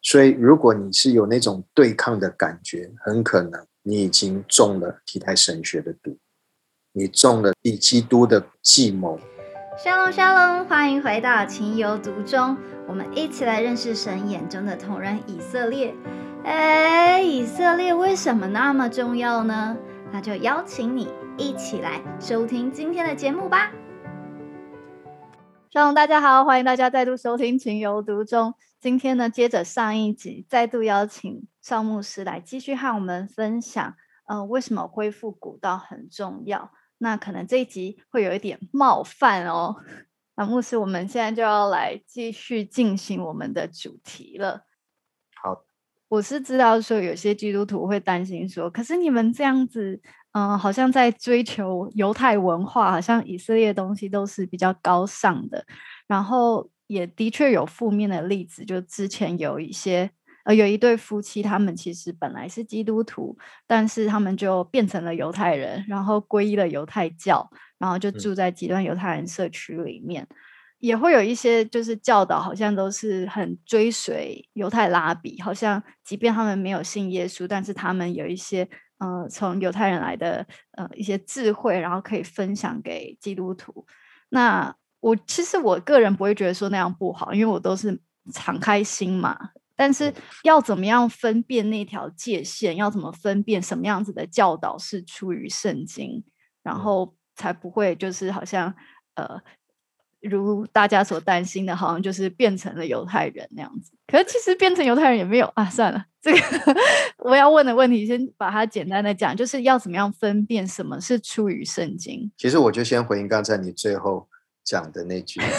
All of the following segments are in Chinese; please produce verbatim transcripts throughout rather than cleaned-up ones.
所以如果你是有那种对抗的感觉，很可能你已经中了提太神学的毒，你中了比基督的计谋。 沙龙沙龙，欢迎回到情有独钟，我们一起来认识神眼中的同人以色列。哎，以色列为什么那么重要呢？那就邀请你一起来收听今天的节目吧。沙龙大家好，欢迎大家再度收听情有独钟。今天呢，接着上一集，再度邀请邵牧师来继续和我们分享，呃，为什么恢复古道很重要。那可能这一集会有一点冒犯哦。那牧师，我们现在就要来继续进行我们的主题了。 好， 我是知道说有些基督徒会担心说，可是你们这样子，嗯、呃，好像在追求犹太文化，好像以色列的东西都是比较高尚的，然后也的确有负面的例子，就之前有一些。呃，有一对夫妻，他们其实本来是基督徒，但是他们就变成了犹太人，然后皈依了犹太教，然后就住在极端犹太人社区里面。嗯、也会有一些就是教导，好像都是很追随犹太拉比，好像即便他们没有信耶稣，但是他们有一些呃从犹太人来的呃一些智慧，然后可以分享给基督徒。那我其实我个人不会觉得说那样不好，因为我都是敞开心嘛。但是要怎么样分辨那条界限，要怎么分辨什么样子的教导是出于圣经，然后才不会就是好像呃如大家所担心的，好像就是变成了犹太人那样子。可是其实变成犹太人也没有啊，算了，这个我要问的问题先把它简单的讲，就是要怎么样分辨什么是出于圣经。 其实我就先回应刚才你最后讲的那句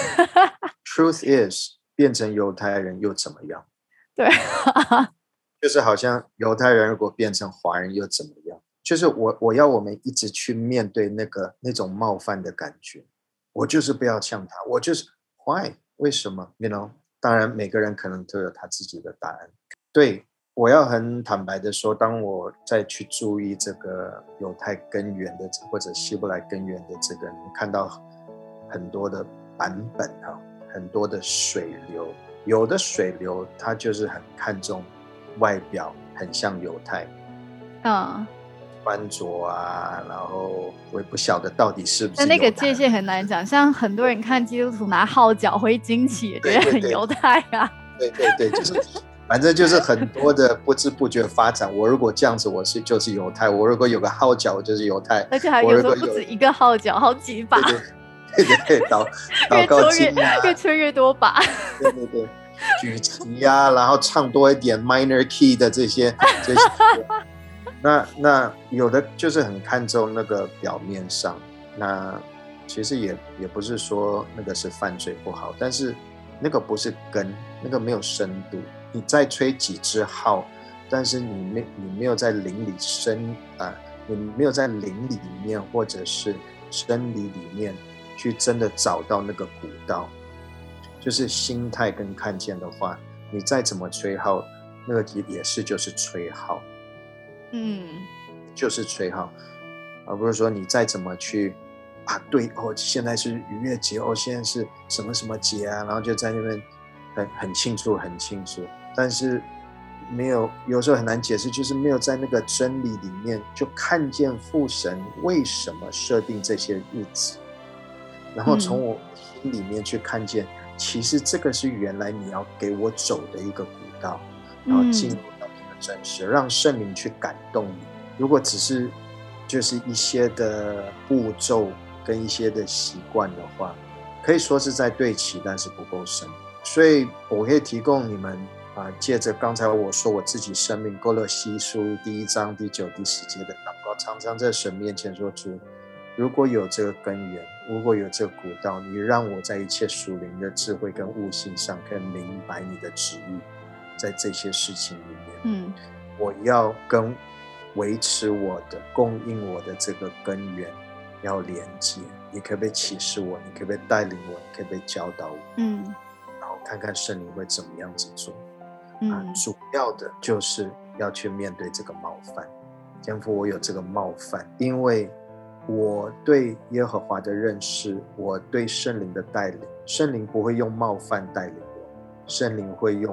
Truth is 变成犹太人又怎么样？ 对就是好像犹太人如果变成华人又怎么样？就是我我要我们一直去面对那个那种冒犯的感觉，我就是不要呛他，我就是 why 为什么 you know？ 当然每个人可能都有他自己的答案。对，我要很坦白的说，当我再去注意这个犹太根源的或者希伯来根源的这个，你看到很多的版本啊，很多的水流，有的水流它就是很看重外表，很像犹太， 嗯， 穿着啊，然后我也不晓得到底是不是但那个犹太界限很难讲，像很多人看基督徒拿号角挥旌旗，也觉得很犹太啊。 对对对，就是反正就是很多的不知不觉发展。我如果这样子，我是就是犹太；我如果有个号角，我就是犹太。 而且还有时候不止一个号角，好几把。 对对对对，祷祷告经啊， 越吹越多把。 对对对，举旗啊，然后唱多一点 minor key 的这些这些。那那有的就是很看重那个表面上，那其实也也不是说那个是犯罪不好，但是那个不是根，那个没有深度。你再吹几支号，但是你没你没有在灵里深啊，你没有在灵里面或者是真理里面去真的找到那个古道，就是心态跟看见的话，你再怎么吹号，那个也是就是吹号。 嗯， 就是吹号，而不是说你再怎么去啊，对哦，现在是逾越节哦，现在是什么什么节啊，然后就在那边很很清楚很清楚，但是没有，有时候很难解释，就是没有在那个真理里面就看见父神为什么设定这些日子，然后从我心里面去看见，嗯、其实这个是原来你要给我走的一个古道，然后进入到这个真实，让圣灵去感动你。如果只是就是一些的步骤跟一些的习惯的话，可以说是在对齐，但是不够深。所以我可以提供你们啊，借着刚才我说我自己生命歌罗西书第一章第九第十节的祷告，常常在神面前说，主，如果有这个根源，如果有这个古道，你让我在一切属灵的智慧跟悟性上可以明白你的旨意，在这些事情里面，嗯，我要跟维持我的供应我的这个根源要连接，你可不可以启示我，你可不可以带领我，你可不可以教导我，嗯，然后看看圣灵会怎么样子做，嗯、啊，主要的就是要去面对这个冒犯。天父，我有这个冒犯，因为我对耶和华的认识，我对圣灵的带领，圣灵不会用冒犯带领我，圣灵会用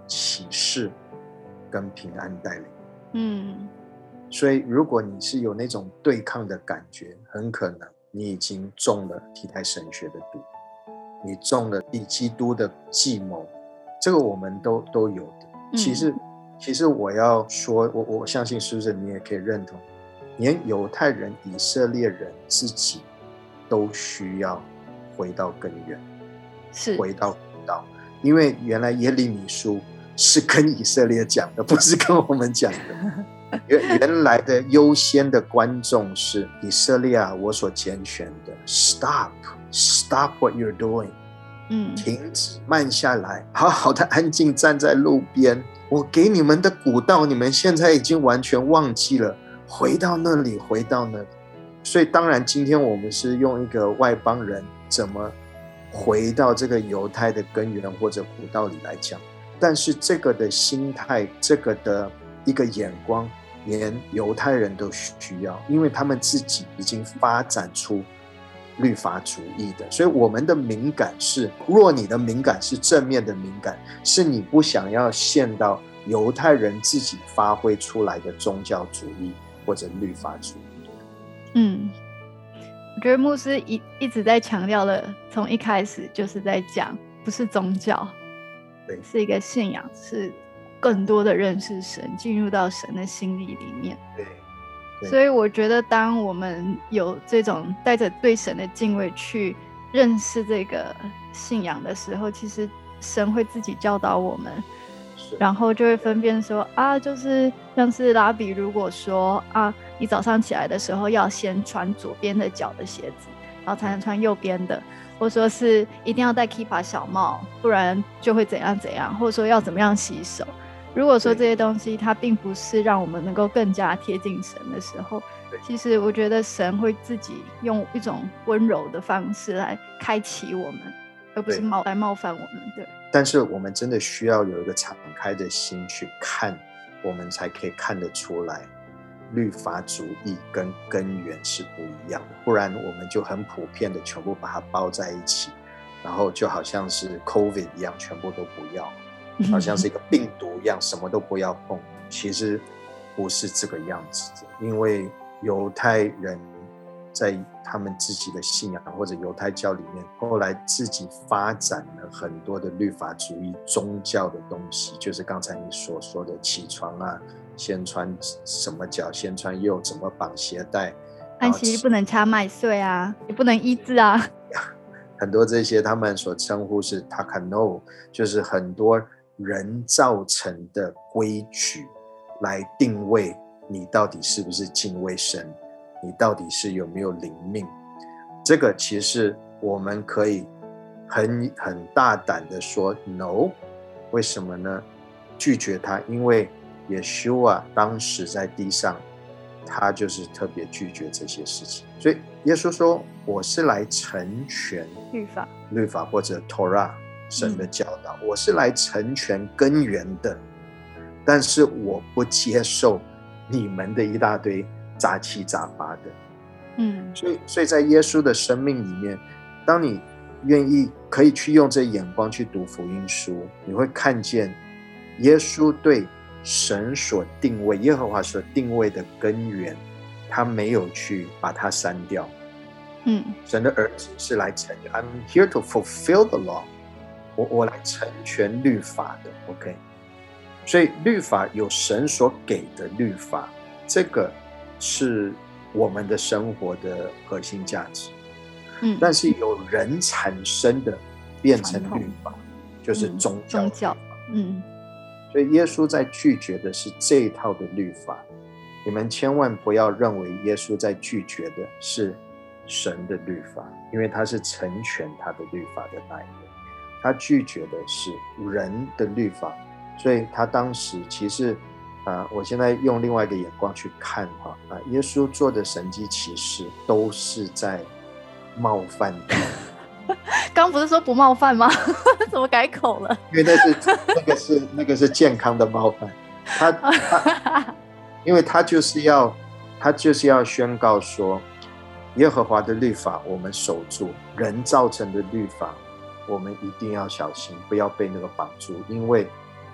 启示跟平安带领。 嗯， 所以如果你是有那种对抗的感觉，很可能你已经中了提太神学的毒，你中了以基督的计谋，这个我们都都有的。其实、嗯、其实我要说，我我相信是不是你也可以认同，连犹太人、以色列人自己都需要回到根源， 是回到古道，因为原来耶利米书是跟以色列讲的，不是跟我们讲的。原来的优先的观众是以色列啊，我所拣选的。Stop, stop what you're doing，嗯，停止，慢下来，好好的安静站在路边。我给你们的古道，你们现在已经完全忘记了，回到那里，回到那里。所以当然，今天我们是用一个外邦人怎么回到这个犹太的根源或者古道里来讲，但是这个的心态，这个的一个眼光，连犹太人都需要，因为他们自己已经发展出律法主义的。所以我们的敏感是，若你的敏感是正面的敏感，是你不想要陷到犹太人自己发挥出来的宗教主义或者律法主义。 嗯，我觉得牧师 一, 一直在强调的，从一开始就是在讲，不是宗教， 对， 是一个信仰，是更多的认识神，进入到神的心意里面。 对，对， 所以我觉得当我们有这种带着对神的敬畏去认识这个信仰的时候，其实神会自己教导我们，然后就会分辨说啊，就是像是拉比如果说啊，你早上起来的时候要先穿左边的脚的鞋子，然后才能穿右边的，或者说是一定要戴 Kippah 小帽，不然就会怎样怎样，或者说要怎么样洗手。如果说这些东西它并不是让我们能够更加贴近神的时候，其实我觉得神会自己用一种温柔的方式来开启我们，而不是冒来冒犯我们。对。 但是我们真的需要有一个敞开的心去看，我们才可以看得出来律法主义跟根源是不一样的，不然我们就很普遍的全部把它包在一起，然后就好像是 COVID 一样，全部都不要，好像是一个病毒一样，什么都不要碰。其实不是这个样子的，因为犹太人在他们自己的信仰或者犹太教里面，后来自己发展了很多的律法主义宗教的东西，就是刚才你所说的起床啊，先穿什么脚，先穿右，怎么绑鞋带， 安息日不能掐麦穗啊，也不能医治啊， 很多这些他们所称呼是 takano， 就是很多人造成的规矩来定位你到底是不是敬畏神，你到底是有没有灵命。这个其实我们可以 很, 很大胆的说 no， 为什么呢？拒绝他，因为耶稣啊当时在地上他就是特别拒绝这些事情，所以耶稣说我是来成全律法律法或者 Torah 神的教导、嗯、我是来成全根源的，但是我不接受你们的一大堆杂七杂八的。嗯，所以所以在耶稣的生命里面，当你愿意可以去用这眼光去读福音书，你会看见耶稣对神所定位，耶和华所定位的根源，他没有去把它删掉。嗯，神的儿子是来成全 I'm here to fulfill the law， 我, 我来成全律法的 OK， 所以律法有神所给的律法，这个是我们的生活的核心价值。嗯，但是有人产生的变成律法，就是宗教、嗯、宗教嗯，所以耶稣在拒绝的是这一套的律法。你们千万不要认为耶稣在拒绝的是神的律法，因为他是成全他的律法的那一位，他拒绝的是人的律法。所以他当时其实、呃、我现在用另外一个眼光去看、啊、耶稣做的神迹奇事都是在冒犯的。 刚不是说不冒犯吗？怎么改口了？ 因为那是那个是那个是健康的冒犯。他他因为他就是要他就是要宣告说，耶和华的律法我们守住，人造成的律法我们一定要小心，不要被那个绑住，因为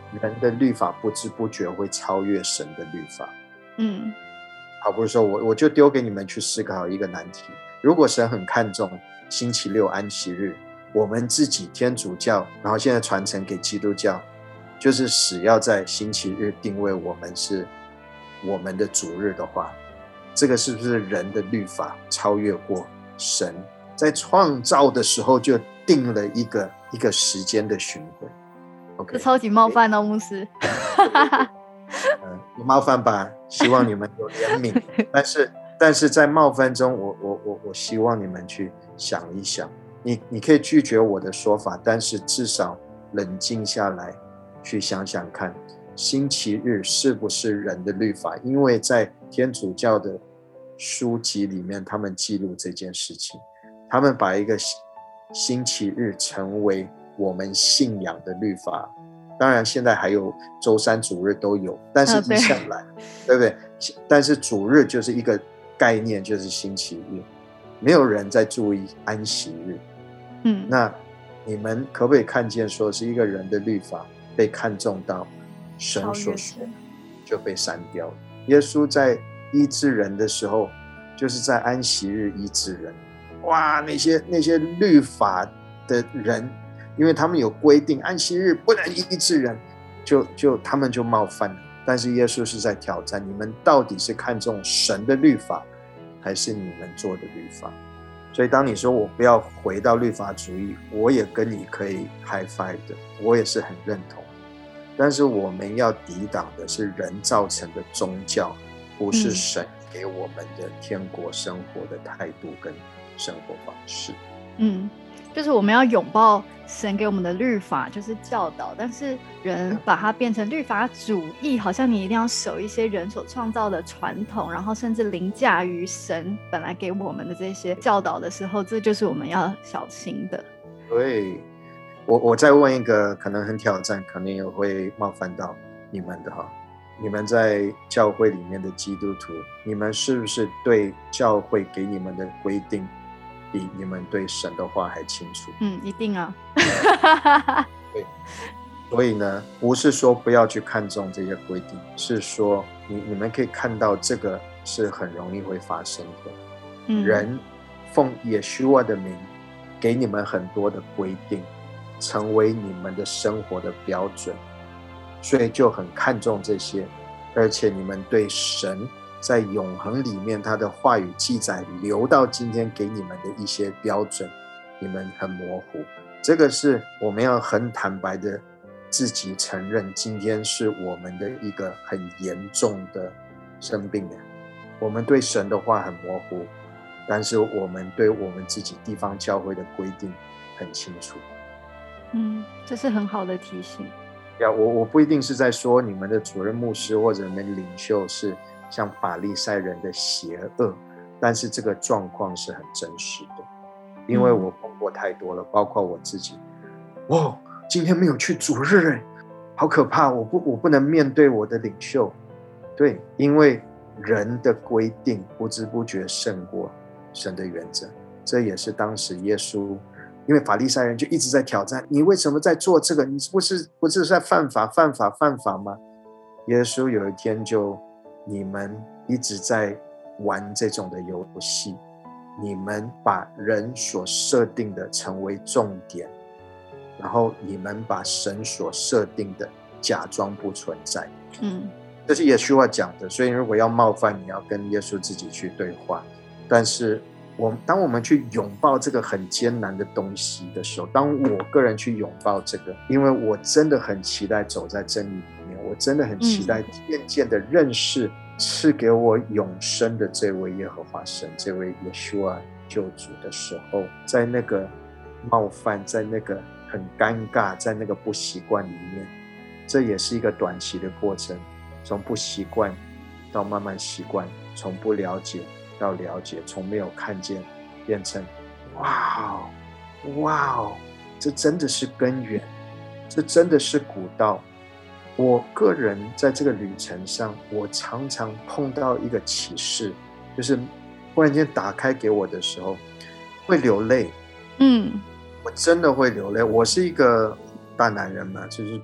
人的律法不知不觉会超越神的律法。 嗯， 好，不是说我我就丢给你们去思考一个难题：如果神很看重星期六安息日，我们自己天主教，然后现在传承给基督教，就是死要在星期日定位我们是我们的主日的话，这个是不是人的律法超越过神在创造的时候就定了一个一个时间的巡回？ OK， 这超级冒犯哦，牧师。 嗯，有冒犯吧？希望你们有怜悯。但是，但是在冒犯中，我我我我希望你们去想一想。你你可以拒绝我的说法，但是至少冷静下来，去想想看，星期日是不是人的律法？因为在天主教的书籍里面，他们记录这件事情，他们把一个星期日成为我们信仰的律法。当然现在还有周三主日都有，但是一向来、哦、对, 对不对？但是主日就是一个概念，就是星期日，没有人在注意安息日。嗯，那你们可不可以看见说是一个人的律法被看重到神所说就被删掉了？耶稣在医治人的时候就是在安息日医治人。哇，那些那些律法的人，因为他们有规定安息日不能医治人，就就他们就冒犯了。但是耶稣是在挑战你们到底是看重神的律法还是你们做的律法。所以当你说我不要回到律法主义，我也跟你可以 high five 的，我也是很认同。但是我们要抵挡的是人造成的宗教，不是神给我们的天国生活的态度跟生活方式。 嗯，就是我们要拥抱神给我们的律法，就是教导，但是人把它变成律法主义，好像你一定要守一些人所创造的传统，然后甚至凌驾于神本来给我们的这些教导的时候，这就是我们要小心的。 对，我我再问一个可能很挑战，可能也会冒犯到你们的哈。你们在教会里面的基督徒，你们是不是对教会给你们的规定比你们对神的话还清楚？ 嗯，一定啊。 对，所以呢，不是说不要去看重这些规定，是说 你, 你们可以看到这个是很容易会发生的。嗯、人奉耶稣啊的名给你们很多的规定，成为你们的生活的标准，所以就很看重这些。而且你们对神在永恒里面他的话语记载留到今天给你们的一些标准，你们很模糊。这个是我们要很坦白的自己承认，今天是我们的一个很严重的生病的。我们对神的话很模糊，但是我们对我们自己地方教会的规定很清楚。 嗯，这是很好的提醒。 呀，我我不一定是在说你们的主任牧师或者你们领袖是像法利赛人的邪恶，但是这个状况是很真实的，因为我碰过太多了，包括我自己。哇，今天没有去主日哎，好可怕！我不我不能面对我的领袖。对，因为人的规定不知不觉胜过神的原则，这也是当时耶稣。因为法利赛人就一直在挑战，你为什么在做这个？你不是不是在犯法犯法犯法吗？耶稣有一天就，你们一直在玩这种的游戏，你们把人所设定的成为重点，然后你们把神所设定的假装不存在。嗯，这是耶稣讲的，所以如果要冒犯，你要跟耶稣自己去对话。但是我当我们去拥抱这个很艰难的东西的时候，当我个人去拥抱这个，因为我真的很期待走在真理里面，我真的很期待渐渐的认识赐给我永生的这位耶和华神，这位耶稣啊救主的时候，在那个冒犯，在那个很尴尬，在那个不习惯里面，这也是一个短期的过程，从不习惯到慢慢习惯，从不了解到了解，从没有看见变成哇哦哇哦，这真的是根源，这真的是古道。我个人在这个旅程上，我常常碰到一个启示，就是忽然间打开给我的时候会流泪。嗯，我真的会流泪。我是一个大男人嘛，就是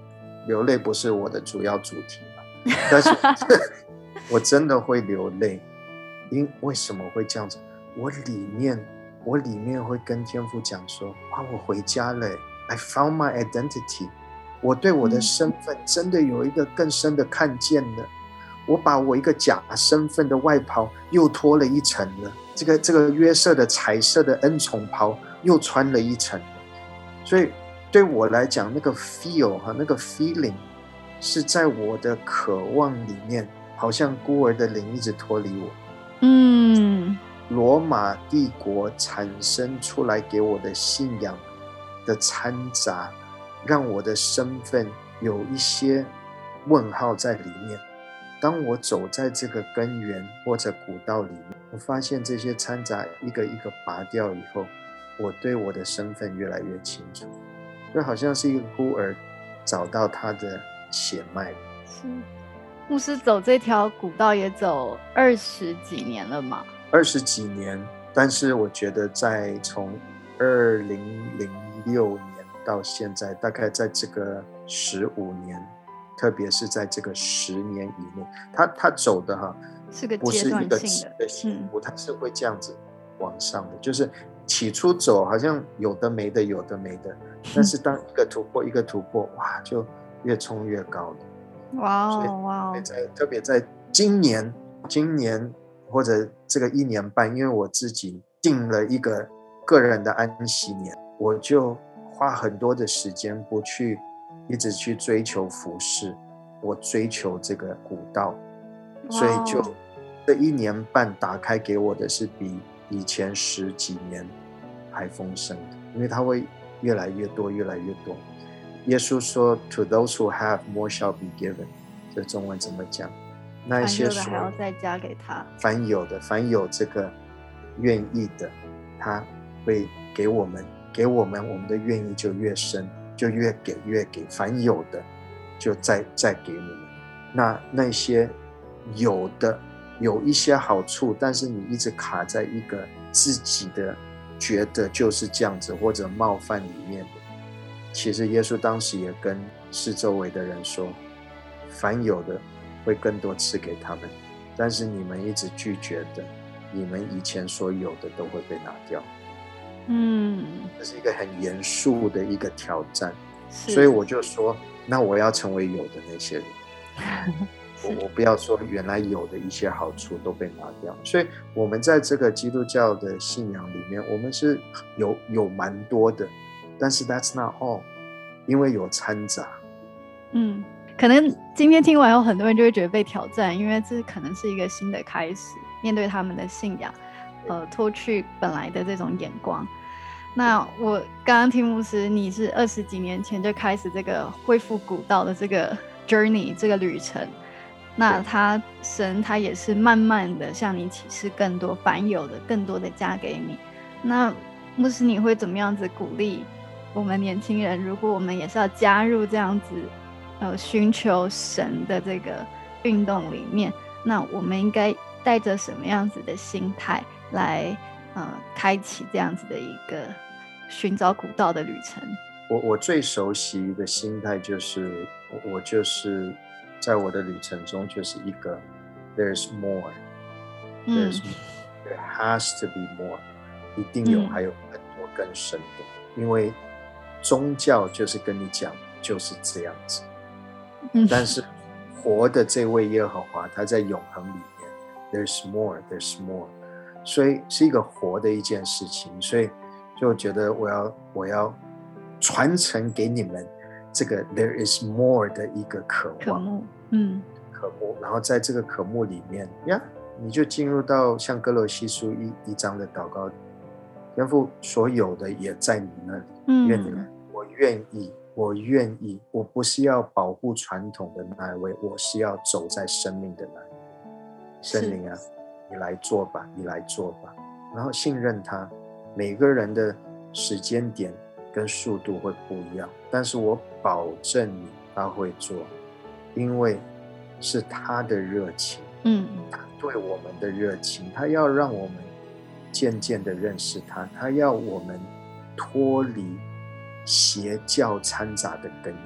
流泪不是我的主要主题嘛，但是我真的会流泪。因为什么会这样子？我里面我里面会跟天父讲说，哇，我回家了， I found my identity， 我对我的身份真的有一个更深的看见了，我把我一个假身份的外袍又脱了一层了，这个这个约瑟的彩色的恩宠袍又穿了一层了。所以对我来讲，那个 feel 和那个 feeling 是在我的渴望里面，好像孤儿的灵一直脱离我。 嗯， 罗马帝国产生出来给我的信仰的掺杂，让我的身份有一些问号在里面。当我走在这个根源或者古道里面，我发现这些掺杂一个一个拔掉以后，我对我的身份越来越清楚，就好像是一个孤儿找到他的血脉。 是。牧师走这条古道也走二十几年了嘛？ 二十几年，但是我觉得在从二零零六年到现在，大概在这个十五年，特别是在这个十年以内，他他走的哈， 是个不是一个阶段起步，他是会这样子往上的，就是起初走好像有的没的，有的没的，但是当一个突破一个突破，哇，就越冲越高了。 哇哦哇哦！ 特别在今年，今年或者这个一年半，因为我自己定了一个个人的安息年，我就花很多的时间不去一直去追求服事，我追求这个古道，所以就这一年半打开给我的是比以前十几年还丰盛的，因为它会越来越多，越来越多。耶稣说 To those who have, more shall be given， 这中文怎么讲？那些凡有的还要再加给他， 凡有的，凡有这个愿意的，他会给我们，给我们，我们的愿意就越深，就越给越给，凡有的就再再给我们。那那些有的有一些好处，但是你一直卡在一个自己的觉得就是这样子或者冒犯里面的，其实耶稣当时也跟四周围的人说，凡有的会更多赐给他们，但是你们一直拒绝的，你们以前所有的都会被拿掉。 嗯， 这是一个很严肃的一个挑战，所以我就说，那我要成为有的那些人。我, 我不要说原来有的一些好处都被拿掉，所以我们在这个基督教的信仰里面，我们是有有蛮多的，但是 that's not all， 因为有掺杂。 嗯，可能今天听完后，很多人就会觉得被挑战，因为这可能是一个新的开始，面对他们的信仰，呃，脱去本来的这种眼光。那我刚刚听牧师，你是二十几年前就开始这个恢复古道的这个 journey 这个旅程，那他神他也是慢慢的向你启示更多凡有的更多的加给你。那牧师你会怎么样子鼓励我们年轻人，如果我们也是要加入这样子呃寻求神的这个运动里面，那我们应该带着什么样子的心态来呃开启这样子的一个寻找古道的旅程？ 我我最熟悉的心态就是我就是在我的旅程中就是一个 there's more there's more、嗯、there has to be more， 一定有、嗯、还有更多更深的，因为宗教就是跟你讲就是这样子、嗯、但是活的这位耶和华他在永恒里面 there's more there's more， 所以是一个活的一件事情，所以就觉得我要我要传承给你们这个 there is more 的一个渴望，渴慕，嗯，渴慕，然后在这个渴慕里面呀，你就进入到像哥罗西书 一, 一章的祷告，天父所有的也在你那里，嗯，愿你我愿意我愿意我不是要保护传统的那一位，我是要走在生命的那一位，圣灵啊，你来做吧，你来做吧，然后信任他，每个人的时间点跟速度会不一样，但是我保证你他会做，因为是他的热情，嗯，他对我们的热情，他要让我们渐渐的认识他，他要我们脱离邪教掺杂的根源，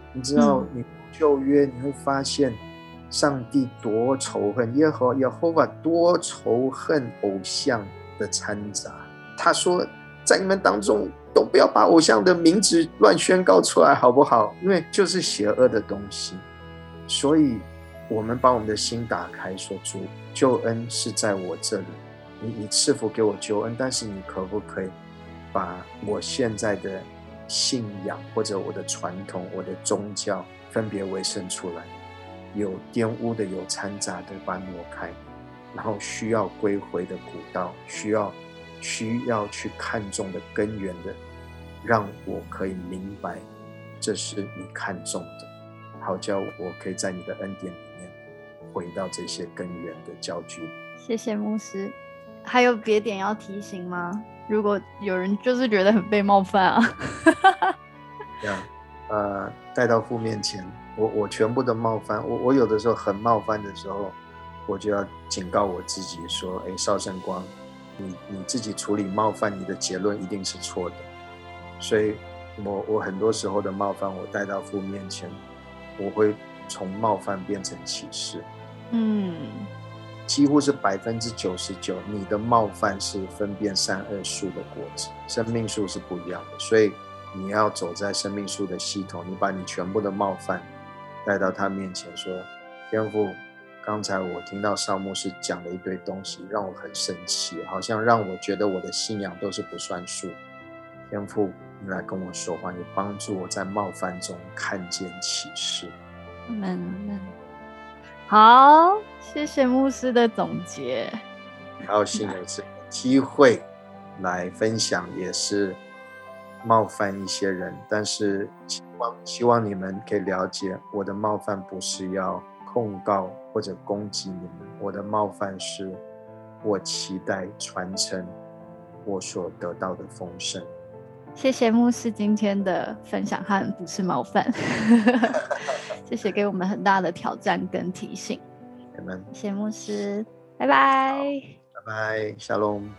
你知道，你旧约你会发现，上帝多仇恨，耶和耶和华多仇恨偶像的掺杂。他说，在你们当中都不要把偶像的名字乱宣告出来，好不好？因为就是邪恶的东西。所以我们把我们的心打开，说主，救恩是在我这里，你你赐福给我救恩，但是你可不可以把我现在的信仰或者我的传统、我的宗教分别为圣出来，有玷污的、有掺杂的，把它挪开，然后需要归回的古道，需要需要去看重的根源的，让我可以明白这是你看重的，好叫我可以在你的恩典里面回到这些根源的焦距。 谢谢牧师。还有别点要提醒吗？如果有人就是觉得很被冒犯啊这样呃，带到父面前，我我全部的冒犯，我我有的时候很冒犯的时候，我就要警告我自己说，哎，邵圣光，你你自己处理冒犯，你的结论一定是错的。所以我我很多时候的冒犯，我带到父面前，我会从冒犯变成启示。 嗯， 几乎是百分之九十九，你的冒犯是分辨善恶树的果子，生命树是不一样的。所以你要走在生命树的系统，你把你全部的冒犯带到他面前，说：天父，刚才我听到邵牧师讲了一堆东西，让我很生气，好像让我觉得我的信仰都是不算数。天父，你来跟我说话，你帮助我在冒犯中看见启示。 阿们阿们。好，谢谢牧师的总结。 高兴有这个机会来分享，也是冒犯一些人，但是希望希望你们可以了解，我的冒犯不是要控告或者攻击你们，我的冒犯是我期待传承我所得到的丰盛。 谢谢牧师今天的分享和不是冒犯谢谢给我们很大的挑战跟提醒。谢谢牧师，拜拜。 拜拜，沙龙。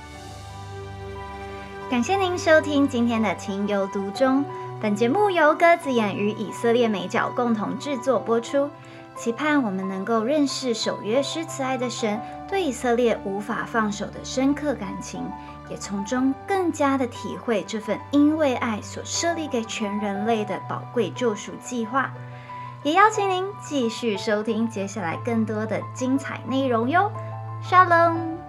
感谢您收听今天的情有独钟，本节目由鸽子眼与以色列美角共同制作播出，期盼我们能够认识守约施慈爱的神对以色列无法放手的深刻感情，也从中更加的体会这份因为爱所设立给全人类的宝贵救赎计划。也邀请您继续收听接下来更多的精彩内容哟。Shalom。